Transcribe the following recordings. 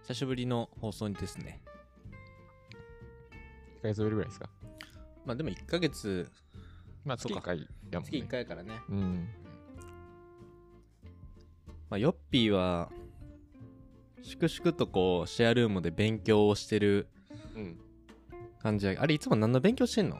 久しぶりの放送にですね。 1ヶ月ぶりぐらいですか。 まあでも1ヶ月、 まあ月1回やもんね。 月1回からね。 うん。 まあヨッピーは、粛々とこう、シェアルームで勉強をしてる感じや。あれ、いつも何の勉強してんの？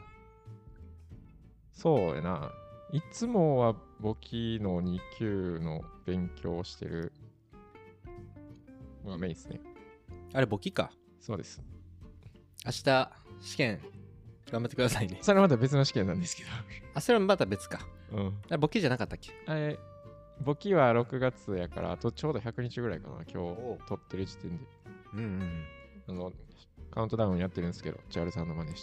そうやな。いつもは簿記の2級の勉強をしてるのがメインですね。 あれ、簿記か。 そうです。 明日、試験、頑張ってくださいね。 それはまた別の試験なんですけあ、それはまた別か。 ど。うん。 あれ、簿記じゃなかったっけ？ あれ、簿記は6月やから、あとちょうど100日ぐらいかな、今日撮ってる時点で。 うんうん。 カウントダウンやってるんですけど、チャールさんの真似して。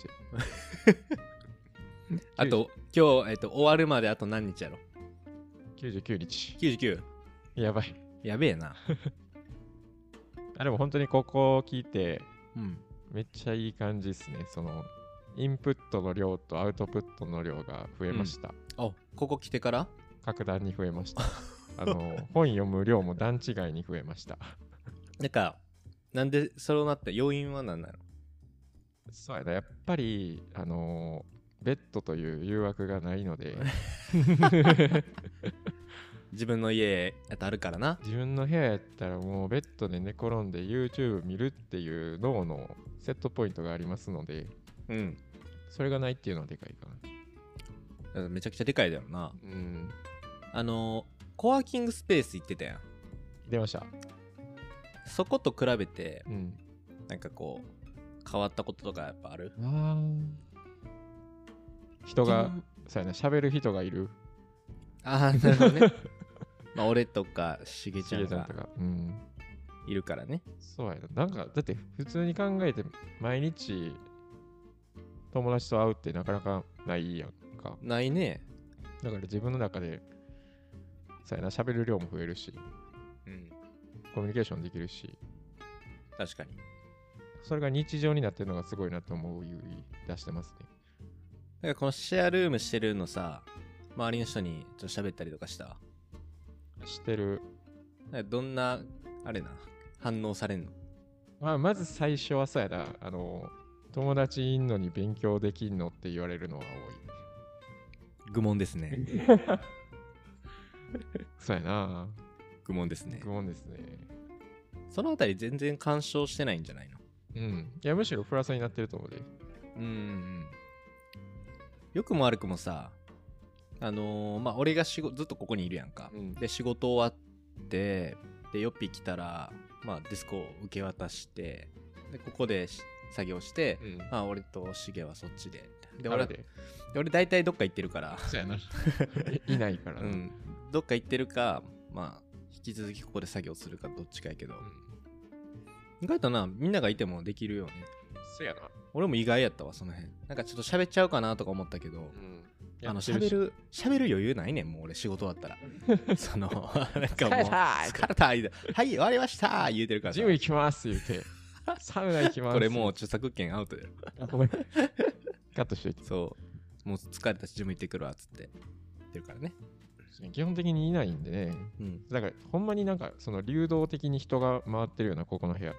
あと、今日、終わるまであと何日やろ？ 99日。 99。 やばい。 やべえな。 あ、でも本当にここを聞いて、 うん。 めっちゃいい感じですね。インプットの量とアウトプットの量が増えました。 お、ここ来てから？ 格段に増えました。本読む量も段違いに増えました。 なんか、なんでそうなった要因は何なの？ そうやな、やっぱり、ベッドという誘惑がないので、 自分の家やとあるからな。 自分の部屋やったらもうベッドで寝転んで YouTube 見るっていう脳のセットポイントがありますので、 うん。 それがないっていうのはでかいかな。 めちゃくちゃでかいだよな。 うん。 コワーキングスペース行ってたやん。 出ました。 そこと比べて、 うん。 なんかこう、変わったこととかやっぱある？ 人が、そうやな、喋る人がいる。 ああ、なるほどね。まあ、俺とか、しげちゃんがとか。うん。 いるからね。 そうやな。なんか、だって普通に考えて、毎日、友達と会うってなかなかないやんか。 ないね。 だから自分の中で、そうやな、喋る量も増えるし、 うん。 コミュニケーションできるし、 確かに。 それが日常になってるのがすごいなと思う出してますね。 だからこのシェアルームしてるのさ、周りの人にちょっと喋ったりとかした？ してる。 なんかどんな、あれな、反応されんの？ まず最初はそうやな、友達いんのに勉強できんのって言われるのは愚問ですね。 多い。そうやな。 愚問ですね。 愚問ですね。 そのあたり全然干渉してないんじゃないの？ うん。いや、むしろプラスになってると思うで。 良くも悪くもさ、まあ、俺がずっとここにいるやんか。 うんで、仕事終わって、で、ヨッピー来たら、まあ、ディスコを受け渡して、で、ここで作業して、まあ、俺とシゲはそっちで。で、俺大体どっか行ってるから。 そうやな。いないからな。 どっか行ってるか、まあ、引き続きここで作業するかどっちかやけど。意外とな、みんながいてもできるよね。 そうやな。 俺も意外やったわ、その辺。なんかちょっと喋っちゃうかなとか思ったけど、喋る余裕ないねん、もう俺仕事終わったら。なんかもう、疲れたはい、終わりました言うてるから。 ジム行きます言うて。サウナ行きます。 これもう著作権アウトだよ。 ごめん。カットしといて。 そう。もう疲れたしジム行ってくるわ、つって。言ってるからね。 基本的にいないんでね。だから、ほんまになんか、流動的に人が回ってるような、ここの部屋。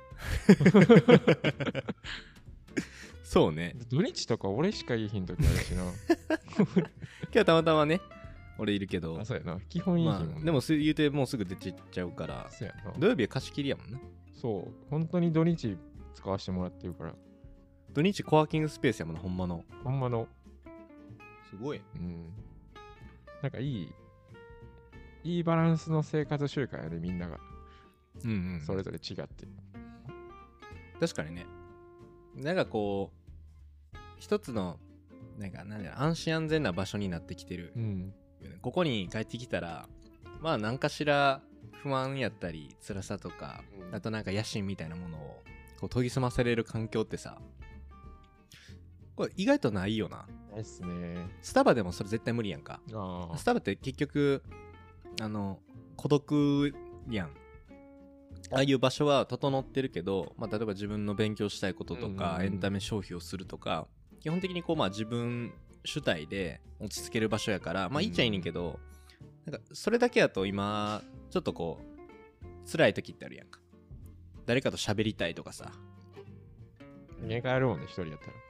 そうね。 土日とか俺しかいい日の時あるしな。 今日たまたまね、俺いるけど。 そうやな。基本いい日もん、 まあ、でも言うてもうすぐ出ちゃうから。 そうやな。 土曜日は貸し切りやもんな。 そう。本当に土日使わせてもらってるから。 土日コワーキングスペースやもんな、ほんまの。 ほんまの。 すごい。 なんかいいバランスの生活習慣やね、みんなが。それぞれ違って。 確かにね。なんかこう、一つの、なんか、安心安全な場所になってきてる。ここに帰ってきたら、まあ、何かしら不安やったり、辛さとか、あとなんか野心みたいなものを、こう研ぎ澄まされる環境ってさ、これ意外とないよな。 ないっすね。 スタバでもそれ絶対無理やんか。スタバって結局、孤独やん。ああいう場所は整ってるけど、まあ、例えば自分の勉強したいこととか、エンタメ消費をするとか、基本的にこう、まあ自分主体で落ち着ける場所やから、まあいいっちゃいいねんけど、なんかそれだけだと今、ちょっとこう、辛い時ってあるやんか。 誰かと喋りたいとかさ。 家帰るもんね、一人やったら。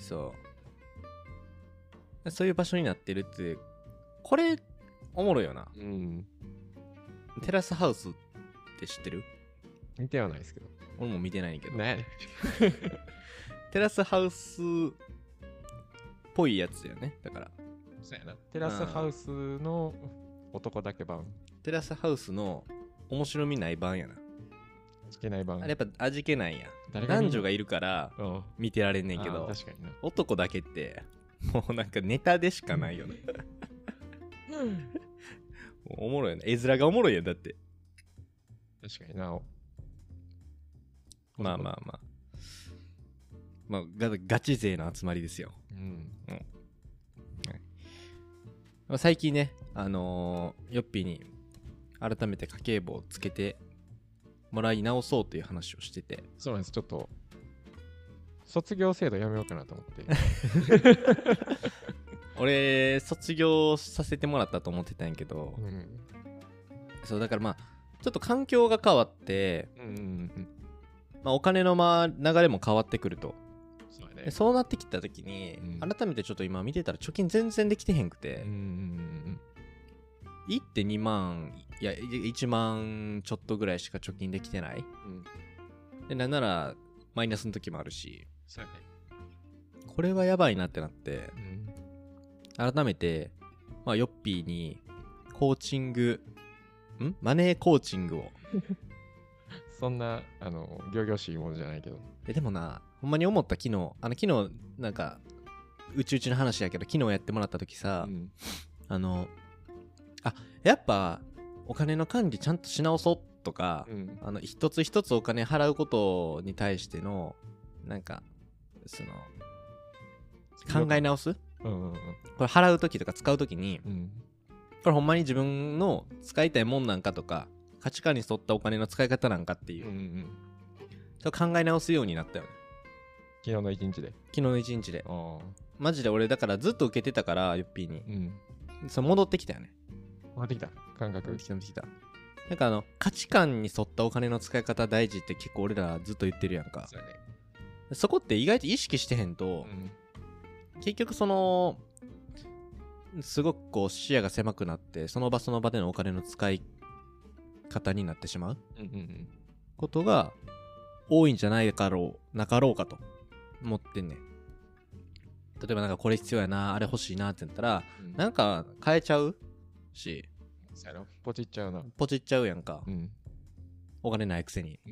そういう場所になってるって、これおもろいよな。 うん。 テラスハウスって知ってる？ 見てはないですけど。 俺も見てないけど。 ね。 テラスハウスっぽいやつよね。だから。 そうやな。テラスハウスの男だけ版。 テラスハウスの面白みない版やな。 味気ない版。 あれやっぱ味気ないや。 誰が見んの？ 男女がいるから見てられんねんけど、 確かにな。 男だけってもうなんかネタでしかないよね。おもろいよね。絵面がおもろいやんだって。 確かにな。 まあまあまあ。まあガチ勢の集まりですよ。はい、最近ね、ヨッピーに改めて家計簿をつけてもらい直そうという話をしてて。 そうなんです。ちょっと卒業制度やめようかなと思って。 俺卒業させてもらったと思ってたんやけど、そうだからまあちょっと環境が変わって、まあ、お金の流れも変わってくると。そうなってきた時に、改めてちょっと今見てたら貯金全然できてへんくて、1.2 万いや1万ちょっとぐらいしか貯金できてない、でなんならマイナスの時もあるし、これはやばいなってなって、改めて、まあ、ヨッピーにコーチングマネーコーチングをそんな仰々しいものじゃないけど、 でもな、ほんまに思った昨日なんかうちの話やけど、昨日やってもらった時さ、やっぱお金の管理ちゃんとし直そうとか、一つ一つお金払うことに対してのなんかその考え直す、これ払う時とか使う時に、これほんまに自分の使いたいもんなんかとか価値観に沿ったお金の使い方なんかっていう、それ考え直すようになったよね。 昨日の一日で。 マジで俺だからずっと受けてたからヨッピーに、それ戻ってきたよね。 戻ってきた感覚。 戻ってきた。なんか価値観に沿ったお金の使い方大事って結構俺らずっと言ってるやんか。そこって意外と意識してへんと、結局すごくこう視野が狭くなって、その場その場でのお金の使い方になってしまうことが多いんじゃないかろうかと思ってんねん。例えばなんかこれ必要やな、あれ欲しいなって言ったら、なんか変えちゃうし、 ポチっちゃうやんか、 お金ないくせに。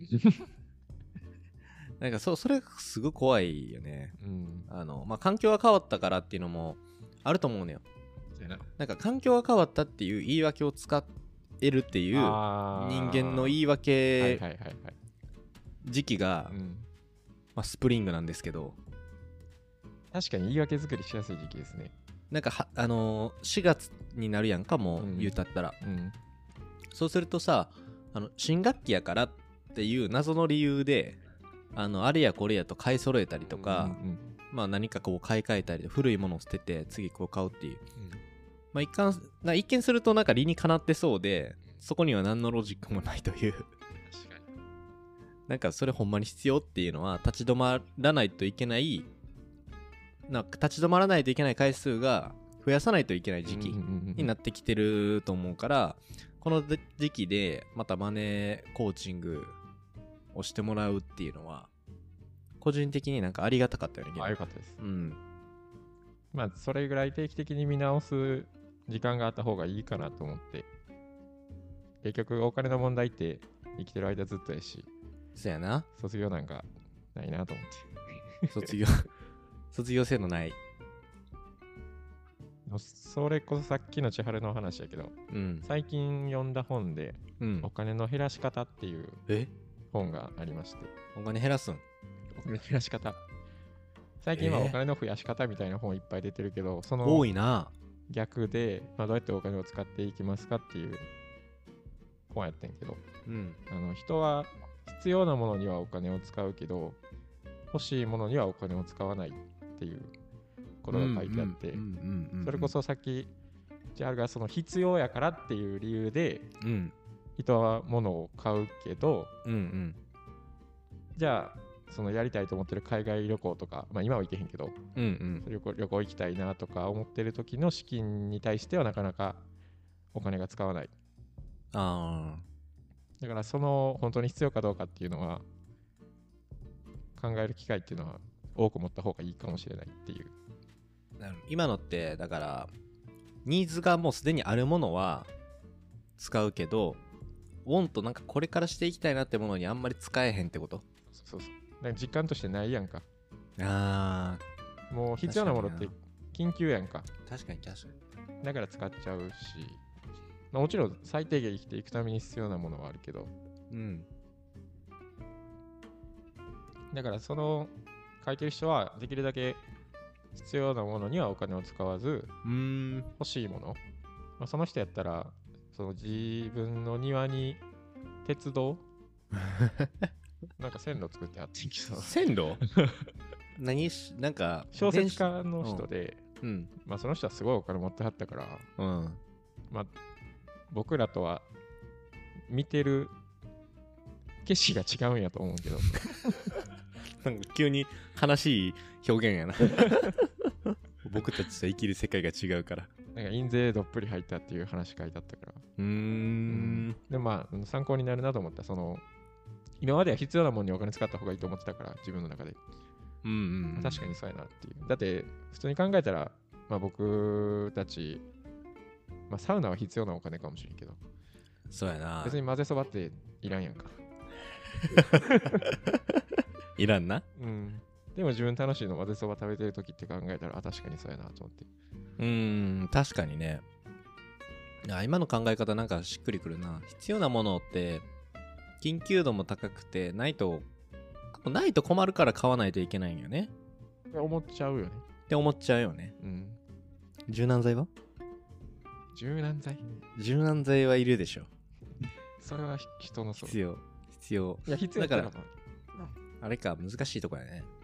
なんかそれがすごい怖いよね。まあ環境が変わったからっていうのもあると思うのよ。なんか環境が変わったっていう言い訳を使えるっていう人間の言い訳時期が、まあ、スプリングなんですけど、 確かに言い訳作りしやすい時期ですね。 なんか4月になるやんか、もう言うたったら、そうするとさ、新学期やからっていう謎の理由であれやこれやと買い揃えたりとか、まあ何かこう買い替えたり、古いものを捨てて次こう買うっていう、まあ一見するとなんか理にかなってそうで、そこには何のロジックもないというなんかそれほんまに必要っていうのは立ち止まらないといけない回数が増やさないといけない時期になってきてると思うから、この時期でまたマネーコーチングをしてもらうっていうのは個人的になんかありがたかったよね。 よかったです。まあそれぐらい定期的に見直す時間があった方がいいかなと思って。結局お金の問題って生きてる間ずっとやし、 そうやな。 卒業なんかないなと思って卒業制度ない。 それこそさっきの千春の話やけど、最近読んだ本で、お金の減らし方っていう本がありまして。 お金減らすん？ お金の減らし方。最近はお金の増やし方みたいな本いっぱい出てるけど、その多いな。 逆で、まあ、どうやってお金を使っていきますかっていう本やってんけど、人は必要なものにはお金を使うけど、欲しいものにはお金を使わないっていうことが書いてあって、それこそさっき千春がその必要やからっていう理由で、人は物を買うけど、 じゃあそのやりたいと思ってる海外旅行とか、まあ今は行けへんけど、旅行行きたいなとか思ってる時の資金に対してはなかなかお金が使わない。だからその本当に必要かどうかっていうのは考える機会っていうのは多く持った方がいいかもしれないっていう。 今のってだからニーズがもうすでにあるものは使うけど、ウォンとなんかこれからしていきたいなってものにあんまり使えへんってこと？ そうだから実感としてないやんか。もう必要なものって緊急やんか。 確かにだから使っちゃうし、もちろん最低限生きていくために必要なものはあるけど、だからその書いてる人はできるだけ必要なものにはお金を使わず、欲しいもの、その人やったらその自分の庭に鉄道なんか線路作ってあってんけど線路なんか小説家の人で、その人はすごいお金持ってはったから、僕らとは見てる景色が違うんやと思うけどなんか急に悲しい表現やな僕たちと生きる世界が違うから、 なんか印税どっぷり入ったっていう話書いてあったから、でも参考になるなと思った。その今までは必要なものにお金使った方がいいと思ってたから、自分の中で確かにそうやなっていう。だって普通に考えたら、僕たち、サウナは必要なお金かもしれんけど、 そうやな、 別に混ぜそばっていらんやんかいらんな。 でも自分楽しいの混ぜそば食べてる時って考えたら、確かにそうやなと思って。 確かにね。今の考え方なんかしっくりくるな。必要なものって緊急度も高くてないと困るから買わないといけないんよね。 思っちゃうよね。 って思っちゃうよね。柔軟剤は？ 柔軟剤はいるでしょ。 それは人の必要。 いや必要だからあれか、難しいとこやね。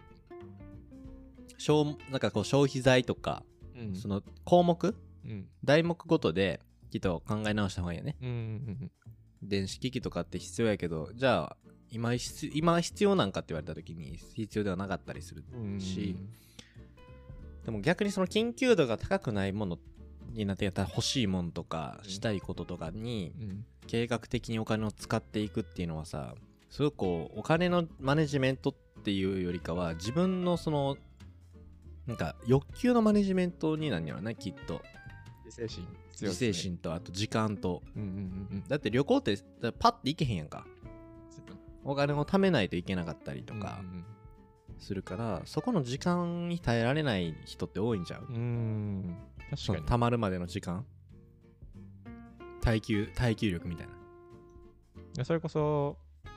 なんかこう消費財とか、その項目、題目ごとできっと考え直した方がいいよね。電子機器とかって必要やけど、じゃあ今必要なんかって言われた時に必要ではなかったりするし、でも逆にその緊急度が高くないものになってやったら欲しいものとかしたいこととかに計画的にお金を使っていくっていうのはさ、すごくこうお金のマネジメントっていうよりかは自分のそのなんか欲求のマネジメントになんやろな、きっと。自制心とあと時間と、だって旅行ってパッて行けへんやんか。お金を貯めないといけなかったりとかするから、そこの時間に耐えられない人って多いんちゃう？ 確かに貯まるまでの時間、耐久力みたいな。それこそ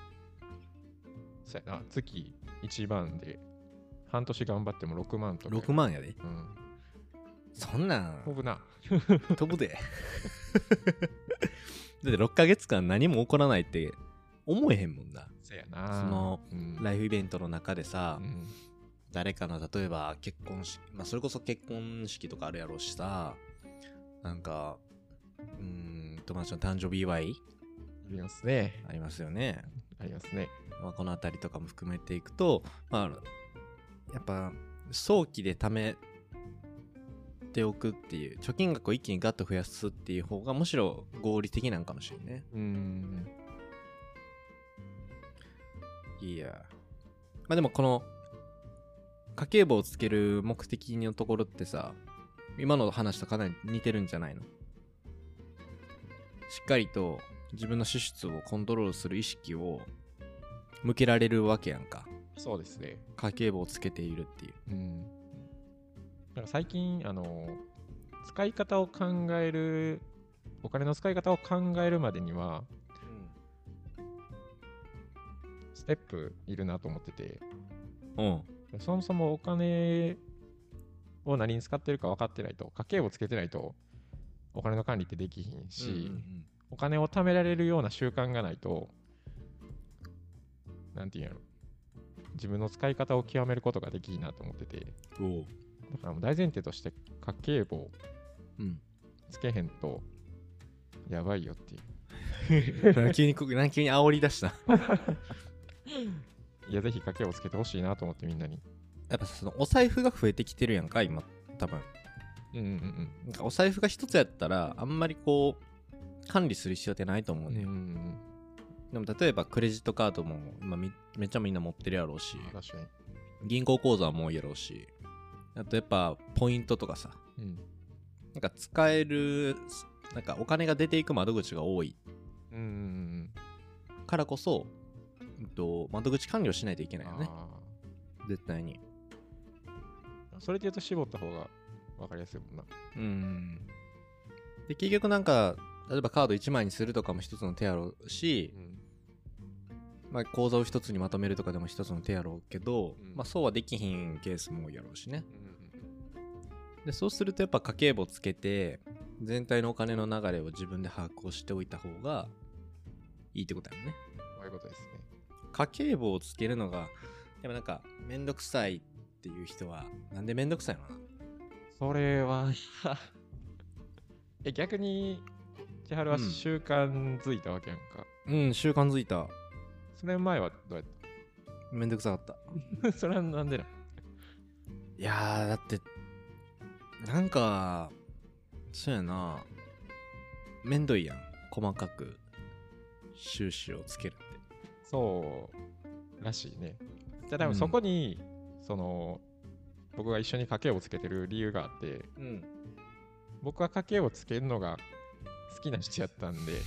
そうやな、月1万で半年頑張っても6万とか。 6万やで。そんなん飛ぶな。 飛ぶでだって6ヶ月間何も起こらないって思えへんもんな。 そうやな。 その、ライフイベントの中でさ、誰かの例えば結婚式、それこそ結婚式とかあるやろうしさ、なんか友達の誕生日祝いありますね。 ありますよね。 ありますね。 このあたりとかも含めていくと、やっぱ早期で貯めておくっていう、貯金額を一気にガッと増やすっていう方がむしろ合理的なんかもしれんね。いや、でもこの家計簿をつける目的のところってさ、今の話とかなり似てるんじゃないの？しっかりと自分の支出をコントロールする意識を向けられるわけやんか。 そうですね。 家計簿をつけているっていう。 なんか最近使い方を考える、お金の使い方を考えるまでには、ステップいるなと思ってて、そもそもお金を何に使ってるか分かってないと、家計簿つけてないとお金の管理ってできひんし、お金を貯められるような習慣がないと、なんていうんやろ、自分の使い方を極めることができひんなと思ってて、だからもう大前提として家計簿つけへんとやばいよっていう急に煽り出したいいやぜひ家計簿つけてほしいなと思ってみんなに。 やっぱそのお財布が増えてきてるやんか今多分。なんかお財布が一つやったらあんまりこう管理する必要ってないと思うね。でも例えばクレジットカードも今めっちゃみんな持ってるやろうし、 確かに銀行口座も多いやろうし、あとやっぱポイントとかさ、なんか使えるなんかお金が出ていく窓口が多いからこそ、窓口管理をしないといけないよね、絶対に。 それで言うと絞った方が分かりやすいもんな。 で結局なんか例えばカード1枚にするとかも一つの手やろうし、まあ口座を一つにまとめるとかでも一つの手やろうけど、まあそうはできひんケースも多いやろうしね。でそうするとやっぱ家計簿つけて全体のお金の流れを自分で把握をしておいた方がいいってことだよね。 そういうことですね。 家計簿をつけるのがでもなんかめんどくさいっていう人はなんでめんどくさいのかな。 それは逆に千春は習慣づいたわけやんか。 習慣づいた。 それ前はどうやった？ めんどくさかったそれはなんでな？ いやーだってなんかそうやな、めんどいやん、細かく収支をつけるって。 そうらしいね。じゃあ多分そこに、その僕が一緒に家計簿つけてる理由があって、僕は家計簿つけるのが好きな人やったんで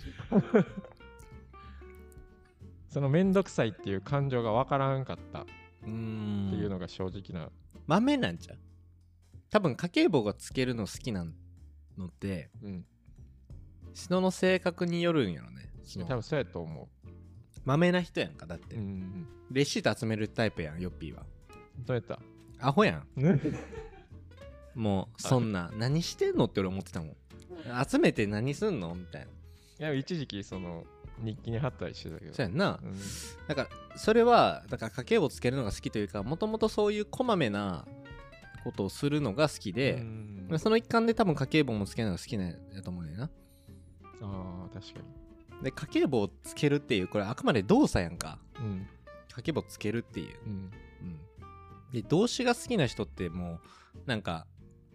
そのめんどくさいっていう感情がわからんかったっていうのが正直な。 豆なんちゃう？多分家計簿がつけるの好きなのって、人の性格によるんやろね。 多分そうやと思う。 豆な人やんかだって、レシート集めるタイプやんヨッピーは。 どうやった？ アホやんもうそんな何してんのって俺思ってたもん。集めて何すんのみたいな。 いや一時期その日記に貼ったりしてたけど。 そうやんな、だからそれはだから家計簿つけるのが好きというか、もともとそういうこまめなことをするのが好きで、その一環で多分家計簿もつけるのが好きなんやと思うねんな。 確かに。で家計簿をつけるっていうこれあくまで動作やんか、家計簿つけるっていう、で動詞が好きな人ってもうなんか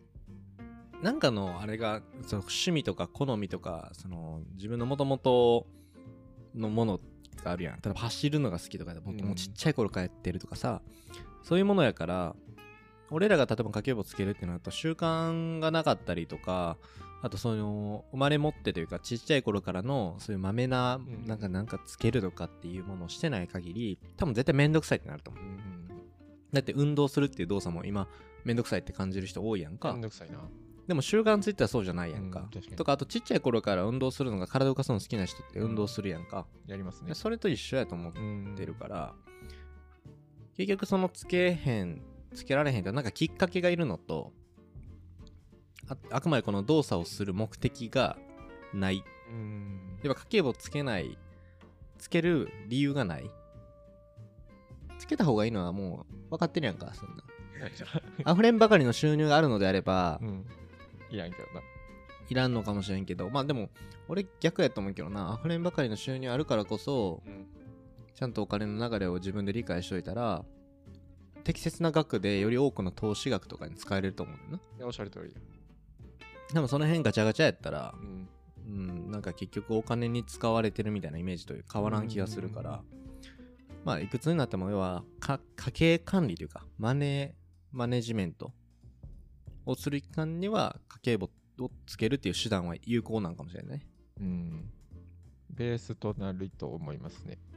のあれがその趣味とか好みとかその自分の元々のものがあるやん。例えば走るのが好きとかでもうちっちゃい頃からやってるとかさ、そういうものやから、俺らが例えば家計簿つけるっていうのは習慣がなかったりとか、あとその生まれ持ってというかちっちゃい頃からのそういうまめななんかつけるとかっていうものをしてない限り多分絶対めんどくさいってなると思う。だって運動するっていう動作も今めんどくさいって感じる人多いやんか。 めんどくさいな。 でも習慣ついてはそうじゃないやんか、とかあとちっちゃい頃から運動するのが体を動かすの好きな人って運動するやんか、 やりますね。 それと一緒やと思ってるから、結局そのつけられへんってなんかきっかけがいるのと、あくまでこの動作をする目的がない。やっぱ家計簿つける理由がない。つけた方がいいのはもう分かってるやんか。そんな溢れんばかりの収入があるのであれば、 いらんけどな。 いらんのかもしれんけど、まあでも俺逆やと思うけどな。溢れんばかりの収入あるからこそ、ちゃんとお金の流れを自分で理解しといたら適切な額でより多くの投資額とかに使えれると思うねんな。 いやおっしゃる通り。 でもその辺ガチャガチャやったら、なんか結局お金に使われてるみたいなイメージと変わらん気がするから、まあいくつになっても要は家計管理というかマネジメントをする一環には家計簿をつけるっていう手段は有効なんかもしれない。 ベースとなると思いますね。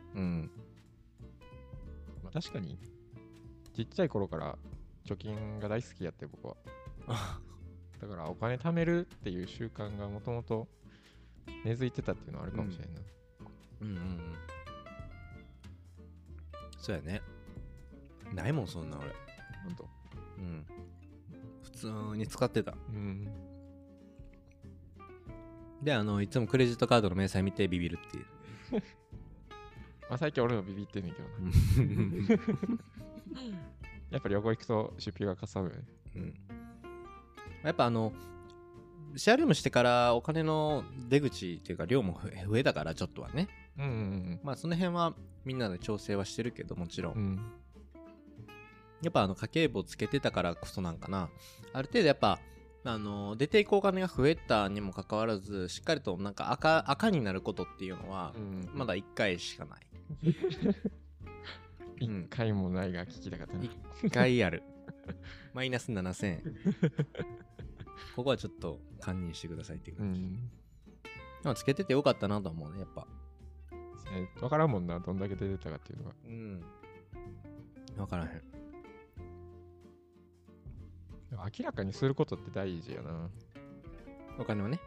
まあ、確かにちっちゃい頃から貯金が大好きやって僕はだからお金貯めるっていう習慣がもともと根付いてたっていうのはあるかもしれんな。 そうやね。ないもんそんな俺。 ほんと。 普通に使ってた。でいつもクレジットカードの明細見てビビるっていうまあ最近俺もビビってんねんけどなやっぱり旅行行くと出費がかさむよね。 やっぱシェアルームしてからお金の出口っていうか量も増えたからちょっとはね。 まあその辺はみんなで調整はしてるけど、もちろん、やっぱ家計簿つけてたからこそなんかな、ある程度やっぱ出ていくお金が増えたにもかかわらず、しっかりとなんか赤になることっていうのはまだ1回しかない。 1回もないが聞きたかったな。 1回ある。マイナス7000円。ここはちょっと堪忍してくださいっていう感じ。でもつけててよかったなと思うね、やっぱ。 分からんもんな、どんだけ出てたかっていうのが。 分からへん。 明らかにすることって大事やな。 お金をね。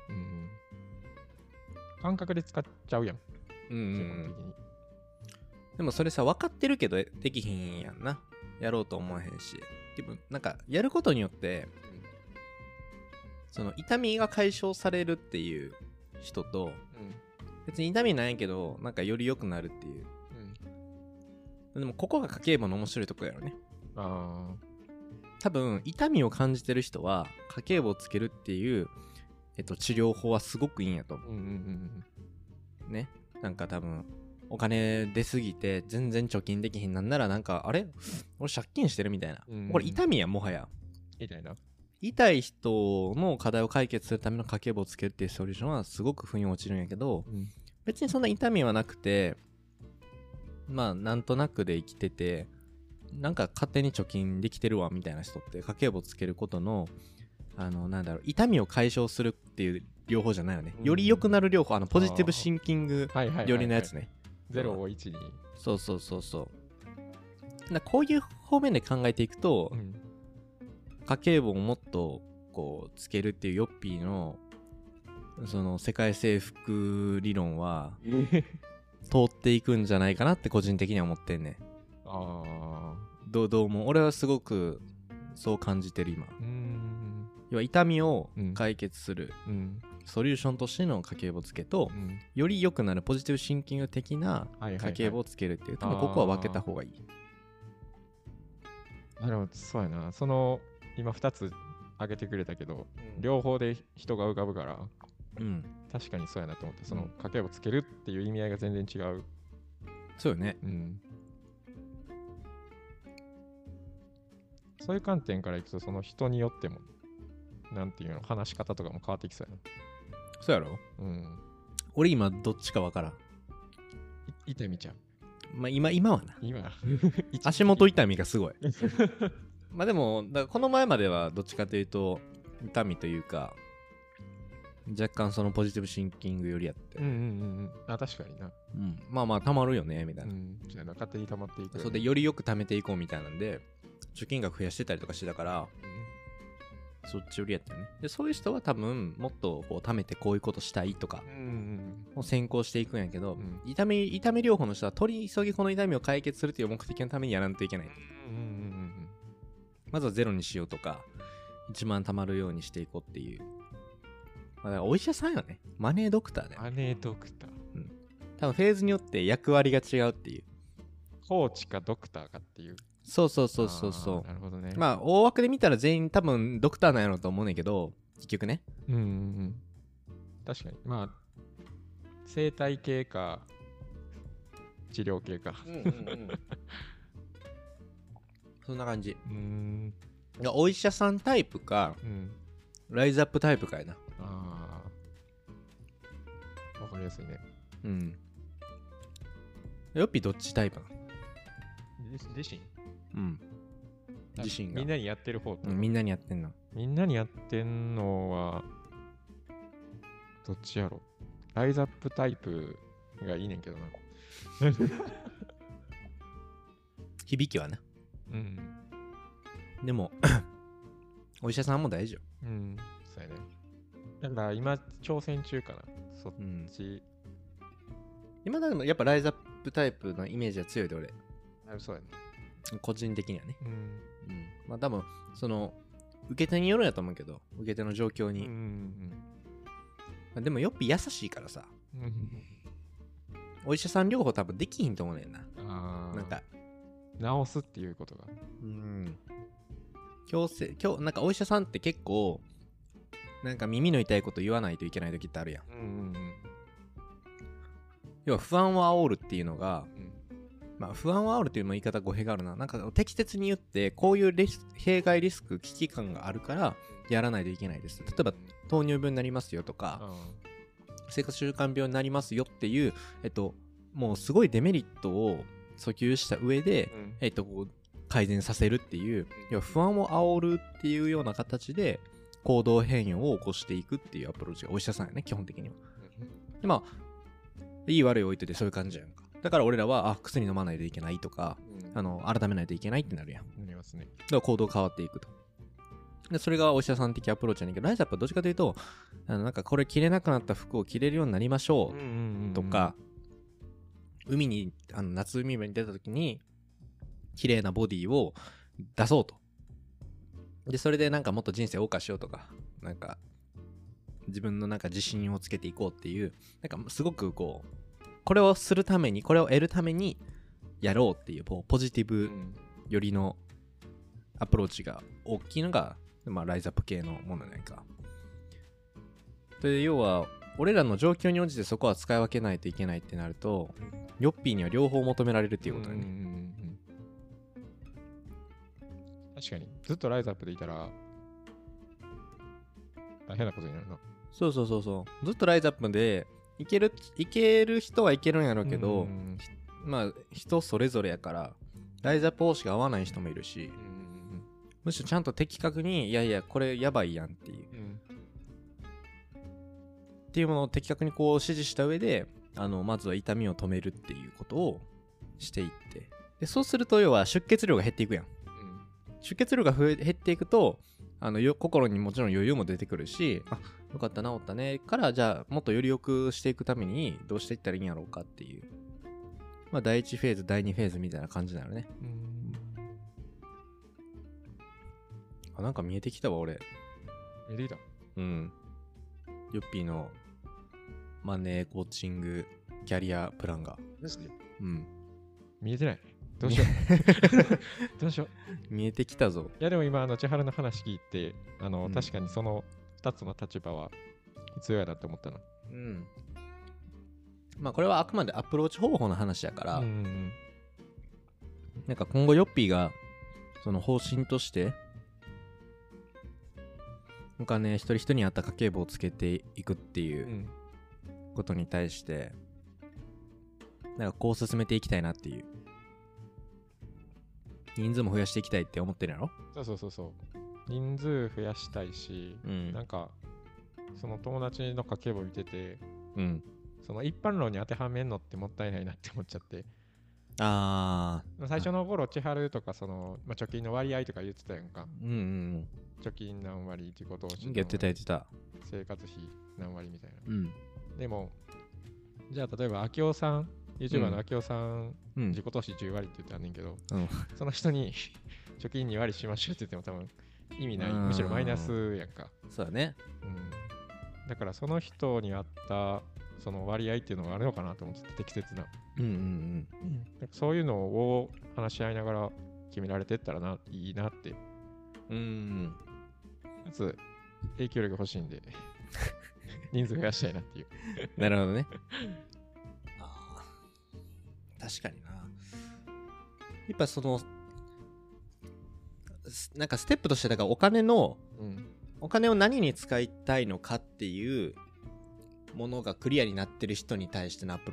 感覚で使っちゃうやん。基本的に。 でもそれさ、分かってるけどできひんやんな。やろうと思わへんし。でもなんかやることによって、その痛みが解消されるっていう人と、別に痛みないけどなんかより良くなるっていう、でもここが家計簿の面白いとこやろね。多分痛みを感じてる人は家計簿をつけるっていう、治療法はすごくいいんやと思う。ね。なんか多分お金出すぎて全然貯金できひんなんなら、なんかあれ俺借金してるみたいな、これ痛みや、もはや痛い人の課題を解決するための家計簿をつけるっていうソリューションはすごく腑に落ちるんやけど、別にそんな痛みはなくて、まあなんとなくで生きてて、なんか勝手に貯金できてるわみたいな人って家計簿つけることのなんだろう、痛みを解消するっていう療法じゃないよね。より良くなる療法、ポジティブシンキングよりのやつね。 0を1に。 そうこういう方面で考えていくと、家計簿をもっとこうつけるっていうヨッピーのその世界征服理論は通っていくんじゃないかなって個人的には思ってんね。どうも俺はすごくそう感じてる今。要は痛みを解決する、ソリューションとしての家計簿つけと、より良くなるポジティブシンキング的な家計簿をつけるっていう、多分ここは分けた方がいい。 そうやな。その今2つ挙げてくれたけど、両方で人が浮かぶから、確かにそうやなと思って、その家計簿つけるっていう意味合いが全然違う。 そうよね。 そういう観点からいくと、その人によってもなんていうの、話し方とかも変わってきそうやな。 そうやろ。俺今どっちかわからん。 痛みちゃう。 まあ今はな。足元痛みがすごい。まあでもこの前まではどっちかというと痛みというか、若干そのポジティブシンキングよりやって。 確かにな。 まあまあたまるよねみたいな。 じゃあ勝手にたまっていく、 そうでよりよく貯めていこうみたいなんで、貯金額増やしてたりとかしてたから。そっちよりやったよね。で、そういう人は多分もっとこう貯めてこういうことしたいとかを先行していくんやけど、痛み療法の人は取り急ぎこの痛みを解決するという目的のためにやらんといけない。まずはゼロにしようとか、1万貯まるようにしていこうっていう。だからお医者さんよね。マネードクターだよ。 マネードクター。 多分フェーズによって役割が違うっていう。 コーチかドクターかっていう。 そう。 なるほどね。 まあ大枠で見たら全員多分ドクターなんやろうと思うねんけど、結局ね。 確かに。まあ生態系か治療系か。 そんな感じ。お医者さんタイプか、ライズアップタイプかやな。 わかりやすいね。 よっぴどっちタイプなの？ 自身？ 自身がみんなにやってる方って、 みんなにやってんの。 みんなにやってんのはどっちやろ。ライズアップタイプがいいねんけどな。 響きはな。でもお医者さんも大事よ。 そうやね。だから今挑戦中かな。そっち。 今でもやっぱライズアップタイプのイメージは強いで俺。 そうやね。 個人的にはね。まあ多分その受け手によるんやと思うけど、受け手の状況に。でもよっぴ優しいからさ。お医者さん療法多分できひんと思うねんな。なんか治すっていうことが。 なんかお医者さんって結構なんか耳の痛いこと言わないといけない時ってあるやん。 要は不安を煽るっていうのが、まあ不安を煽るというのも言い方語弊があるな。なんか適切に言って、こういう弊害リスク危機感があるからやらないといけないです。例えば糖尿病になりますよとか、生活習慣病になりますよっていうもうすごいデメリットを訴求した上で、こう改善させるっていう、要は不安を煽るっていうような形で行動変容を起こしていくっていうアプローチがお医者さんやね、基本的には。でまあいい悪い置いててそういう感じやんか。だから俺らは薬飲まないといけないとか、改めないといけないってなるやん。 なりますね。 だから行動変わっていくと。でそれがお医者さん的アプローチやねんけど、ライザップはどっちかというとなんかこれ着れなくなった服を着れるようになりましょうとか、海に夏海辺に出た時に綺麗なボディを出そうと。でそれでなんかもっと人生を謳歌しようとか、なんか自分のなんか自信をつけていこうっていう、なんかすごくこうこれをするために、これを得るためにやろうっていうポジティブよりのアプローチが大きいのが、まあ、ライズアップ系のものなんか。で要は俺らの状況に応じてそこは使い分けないといけないってなると、ヨッピーには両方求められるっていうことだね。 確かにずっとライズアップでいたら大変なことになるな。 そうずっとライズアップでいける人はいけるんやろうけど、まあ人それぞれやからライズアップ方式が合わない人もいるし、むしろちゃんと的確にいやいやこれやばいやんっていう、っていうものを的確にこう指示した上でまずは痛みを止めるっていうことをしていって、でそうすると要は出血量が減っていくやん。出血量が減っていくと心にもちろん余裕も出てくるし、あ、よかった治ったねからじゃあもっとより良くしていくためにどうしていったらいいんやろうかっていう、まあ第1フェーズ第2フェーズみたいな感じなのね。あ、なんか見えてきたわ俺。 見えてきた。 ヨッピーのマネーコーチングキャリアプランが。 マジで？見えてない。どうしよう。 見えてきたぞ。 いやでも今千春の話聞いて確かにその2つの立場は必要やなって思ったな。 まあこれはあくまでアプローチ方法の話やから、なんか今後ヨッピーがその方針としてお金一人一人に合った家計簿をつけていくっていうことに対してなんかこう進めていきたいなっていう、人数も増やしていきたいって思ってるやろ。 そう人数増やしたいし、なんかその友達の家計簿見てて、その一般論に当てはめんのってもったいないなって思っちゃって。最初の頃千春とかその、貯金の割合とか言ってたやんか。貯金何割、自己投資やってた生活費何割みたいな。でもじゃあ例えば秋夫さん、YouTuber の秋夫さん、自己投資10割って言ってあんねんけど、その人に貯金2割しましょうって言っても多分意味ない、むしろマイナスやんか。 そうだね。 だからその人に合ったその割合っていうのがあるのかなと思ってて、適切な。そういうのを話し合いながら決められてったらいいなって。かつ影響力欲しいんで人数増やしたいなっていう。 なるほどね。確かにな。やっぱそのなんかステップとしてだからお金を何に使いたいのかっていうものがクリアになってる人に対してのなん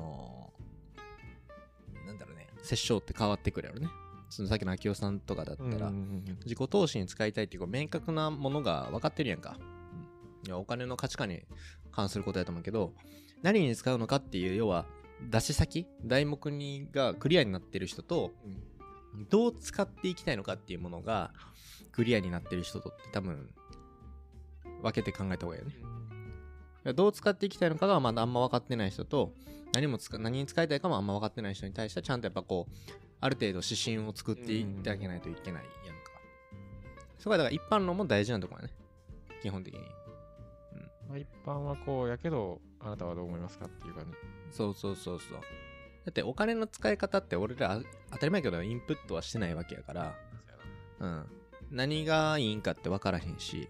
だろうね、接触って変わってくるやろね。そのさっきの秋夫さんとかだったら、自己投資に使いたいっていう明確なものが分かってるやんか。いやお金の価値観に関することやと思うけど、何に使うのかっていう要は出し先題目がクリアになってる人と、どう使っていきたいのかっていうものがクリアになってる人とって多分分けて考えた方がいいよね。どう使っていきたいのかがまだあんま分かってない人と、何に使いたいかもあんま分かってない人に対してはちゃんとやっぱこうある程度指針を作っていってあげないといけないやんか。そこはだから一般論も大事なところだね、基本的に。 一般はこうやけどあなたはどう思いますかっていう感じ。 そうだってお金の使い方って俺ら当たり前やけどインプットはしてないわけやから、何がいいんかって分からへんし、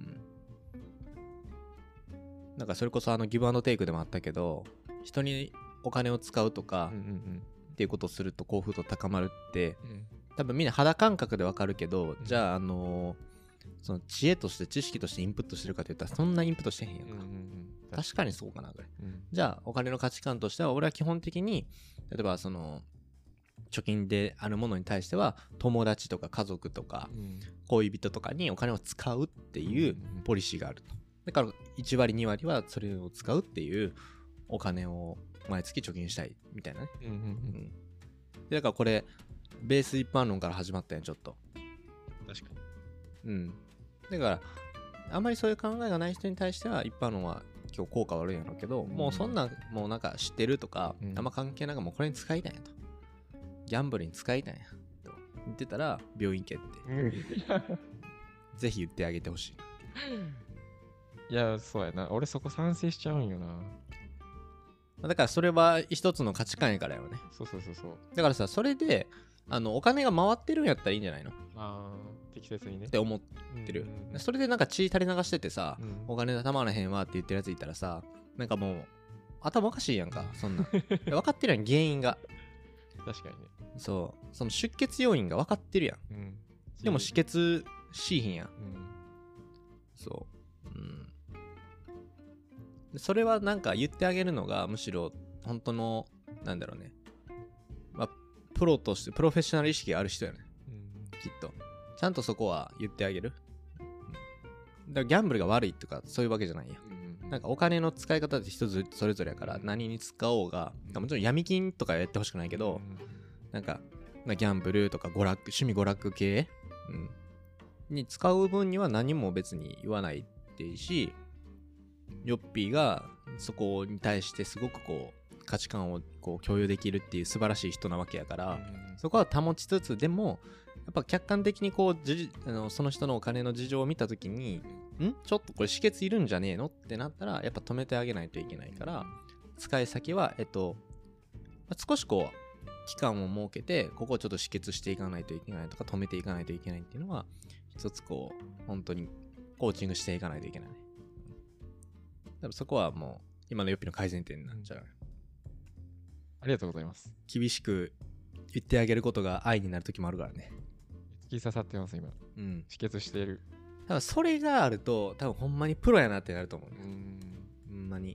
なんかそれこそギブアンドテイクでもあったけど、人にお金を使うとか、っていうことをすると幸福度高まるって、多分みんな肌感覚でわかるけど、じゃあその知恵として知識としてインプットしてるかといったらそんなインプットしてへんやんか、確かにそうかなぐらい、じゃあお金の価値観としては俺は基本的に例えばその貯金であるものに対しては友達とか家族とか恋人とかにお金を使うっていうポリシーがあると。だから1割2割はそれを使うっていうお金を毎月貯金したいみたいなね、でだからこれベース一般論から始まったやんちょっと。 確かに。 だからあんまりそういう考えがない人に対しては一般論は今日効果悪いんやろうけど、もうそんなんもうなんか知ってるとか、あんま関係なくもうこれに使いたいんやと、ギャンブルに使いたいんやと言ってたら病院行けってぜひ言ってあげてほしい。 いやそうやな、俺そこ賛成しちゃうんよな。 だからそれは一つの価値観やからよね。 そうだからさ、それでお金が回ってるんやったらいいんじゃないの。 適切にねって思ってる、それでなんか血垂れ流しててさ、お金たまらへんわって言ってるやついたらさ、なんかもう頭おかしいやんかそんな分かってるやん原因が。 確かにね。 その出血要因が分かってるやん、でも止血しいひんやん、それはなんか言ってあげるのがむしろ本当のなんだろうね、プロとしてプロフェッショナル意識がある人やね、きっとちゃんとそこは言ってあげる。だからギャンブルが悪いとかそういうわけじゃないや、なんかお金の使い方って人それぞれやから何に使おうが、もちろん闇金とかやってほしくないけど、なんかギャンブルとか趣味娯楽系、に使う分には何も別に言わないっていいし、ヨッピーがそこに対してすごくこう価値観をこう共有できるっていう素晴らしい人なわけやから、そこは保ちつつ、でもやっぱ客観的にこうその人のお金の事情を見たときにちょっとこれ止血いるんじゃねえのってなったらやっぱ止めてあげないといけないから、使い先は少しこう期間を設けてここをちょっと止血していかないといけないとか止めていかないといけないっていうのは一つこう本当にコーチングしていかないといけない。多分そこはもう今のヨッピーの改善点になっちゃう。 ありがとうございます。 厳しく言ってあげることが愛になる時もあるからね。 突き刺さってます今。止血している。 多分それがあると多分ほんまにプロやなってなると思う。ほんまに。い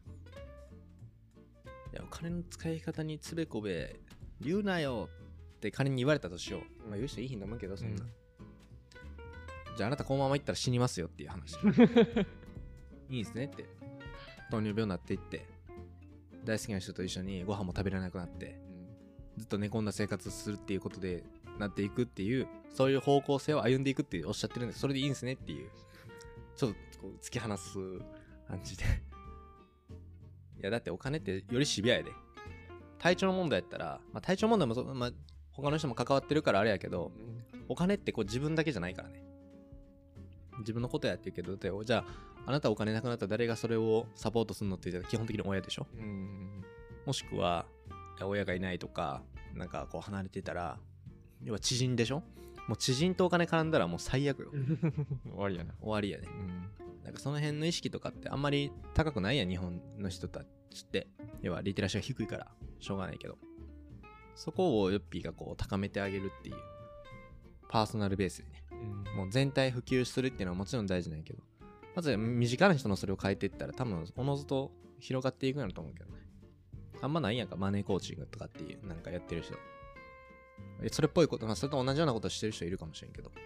やお金の使い方につべこべ言うなよって仮に言われたとしよう。言う人いいひんと思うけどそんな。じゃああなたこのまま行ったら死にますよっていう話。いいんすねって。糖尿病になっていって大好きな人と一緒にご飯も食べられなくなって、ずっと寝込んだ生活するっていうことでなっていくっていう、そういう方向性を歩んでいくっておっしゃってるんで、それでいいんすねっていう、ちょっとこう突き放す感じで。いやだってお金ってよりシビアやで。体調の問題やったら、体調問題も他の人も関わってるからあれやけど、お金ってこう自分だけじゃないからね。自分のことやってるけど、じゃああなたお金なくなったら誰がそれをサポートするのって言ったら基本的に親でしょ。もしくは親がいないとかなんかこう離れてたら、要は知人でしょ。もう知人とお金絡んだらもう最悪よ。 終わりやな。 終わりやね。なんかその辺の意識とかってあんまり高くないやん日本の人たちって。要はリテラシーが低いからしょうがないけど、そこをヨッピーがこう高めてあげるっていうパーソナルベースでね、もう全体普及するっていうのはもちろん大事なんやけど、まず身近な人のそれを変えていったら多分おのずと広がっていくんやろと思うけどね。あんまないやんかマネーコーチングとかっていうなんかやってる人。それっぽいこと、それと同じようなことしてる人いるかもしれんけど。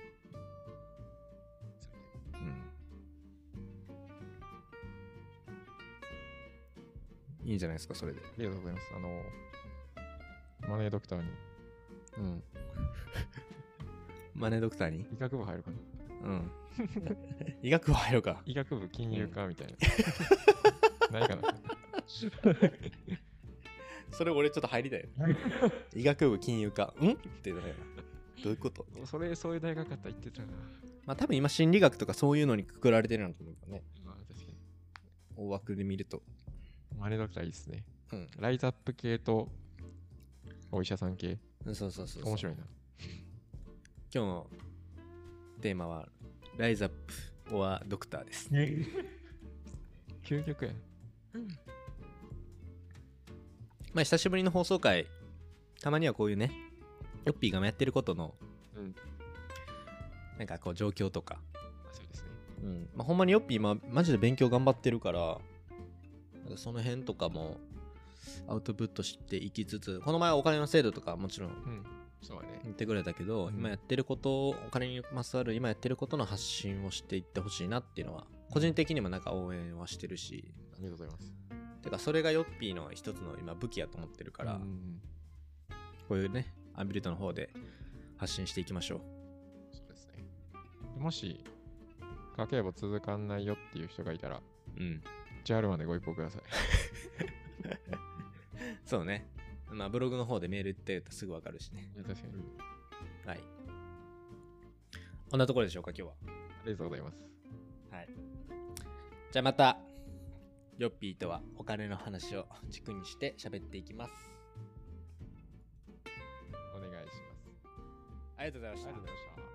いいんじゃないですかそれで。 ありがとうございます。マネードクターに。 マネードクターに。 医学部入るかな。 医学部入るか。 医学部金融科みたいな。ないかな。 それ俺ちょっと入りたいよ。医学部金融科。ってね。どういうこと？ そういう大学あったら言ってたな。 多分今心理学とかそういうのにくくられてるんだと思うからね。 確かに。 大枠で見ると。 マネードクターいいっすね。ライズアップ系とお医者さん系。 そう。 面白いな。 今日のテーマはライズアップオアドクターです。 究極や。 まあ久しぶりの放送回、たまにはこういうね、ヨッピーがやってることの、なんかこう状況とか、 そうですね。 まあ、ほんまにヨッピー今マジで勉強頑張ってるから、なんかその辺とかもアウトプットしていきつつ、この前お金の制度とかもちろんそうね。 言ってくれたけど、今やってることを、お金にまつわる今やってることの発信をしていってほしいなっていうのは、個人的にもなんか応援はしてるし、 ありがとうございます。 てかそれがヨッピーの一つの今武器やと思ってるから、こういうね、アンビルドの方で発信していきましょう。 そうですね。もし、家計簿続かんないよっていう人がいたら、JAL までご一報ください。 そうね。まあブログの方でメールって言ったらすぐわかるしね。 確かに。 はい。こんなところでしょうか、今日は。 ありがとうございます。 はい。じゃあまた、ヨッピーとはお金の話を軸にして喋っていきます。 お願いします。 ありがとうございました。 ありがとうございました。